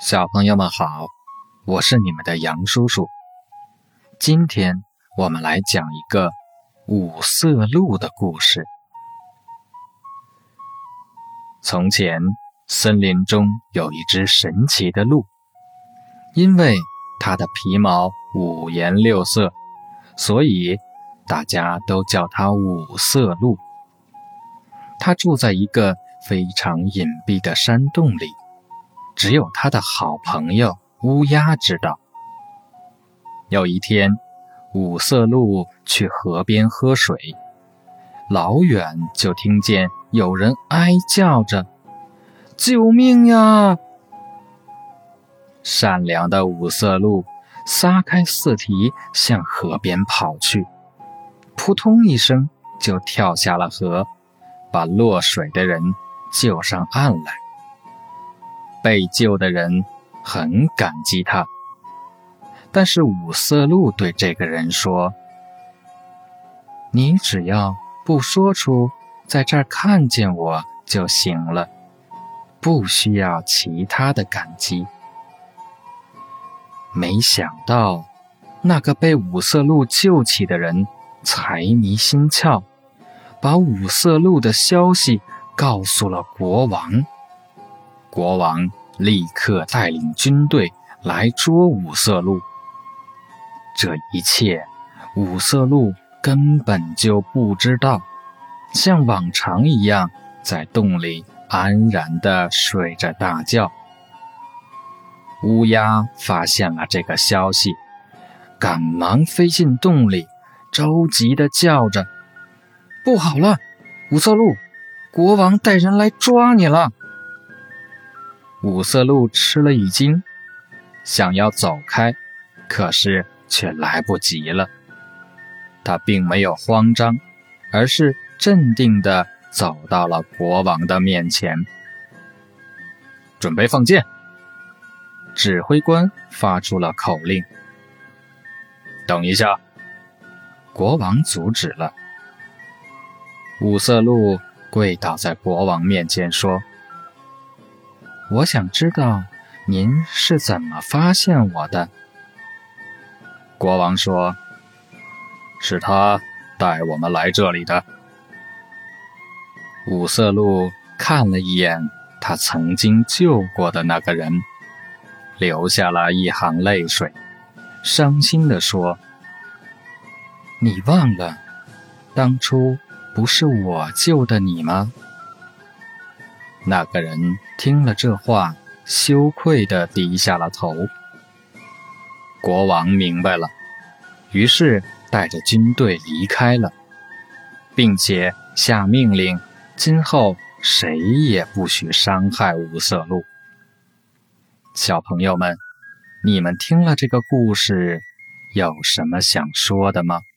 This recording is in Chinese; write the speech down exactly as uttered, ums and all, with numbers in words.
小朋友们好，我是你们的杨叔叔。今天我们来讲一个五色鹿的故事。从前，森林中有一只神奇的鹿，因为它的皮毛五颜六色，所以大家都叫它五色鹿。它住在一个非常隐蔽的山洞里，只有他的好朋友乌鸦知道。有一天，五色鹿去河边喝水，老远就听见有人哀叫着：“救命呀！”善良的五色鹿撒开四蹄向河边跑去，扑通一声就跳下了河，把落水的人救上岸来。被救的人很感激他，但是五色鹿对这个人说：“你只要不说出在这儿看见我就行了，不需要其他的感激。”没想到，那个被五色鹿救起的人财迷心窍，把五色鹿的消息告诉了国王。国王立刻带领军队来捉五色鹿。这一切，五色鹿根本就不知道，像往常一样在洞里安然地睡着大觉。乌鸦发现了这个消息，赶忙飞进洞里，着急地叫着：“不好了，五色鹿，国王带人来抓你了！”五色鹿吃了一惊，想要走开，可是却来不及了。他并没有慌张，而是镇定地走到了国王的面前。准备放箭！指挥官发出了口令。等一下！国王阻止了。五色鹿跪倒在国王面前说：“我想知道您是怎么发现我的。”国王说：“是他带我们来这里的。”五色鹿看了一眼他曾经救过的那个人，流下了一行泪水，伤心地说：“你忘了，当初不是我救的你吗？”那个人听了这话，羞愧地低下了头。国王明白了，于是带着军队离开了，并且下命令，今后谁也不许伤害五色鹿。小朋友们，你们听了这个故事，有什么想说的吗？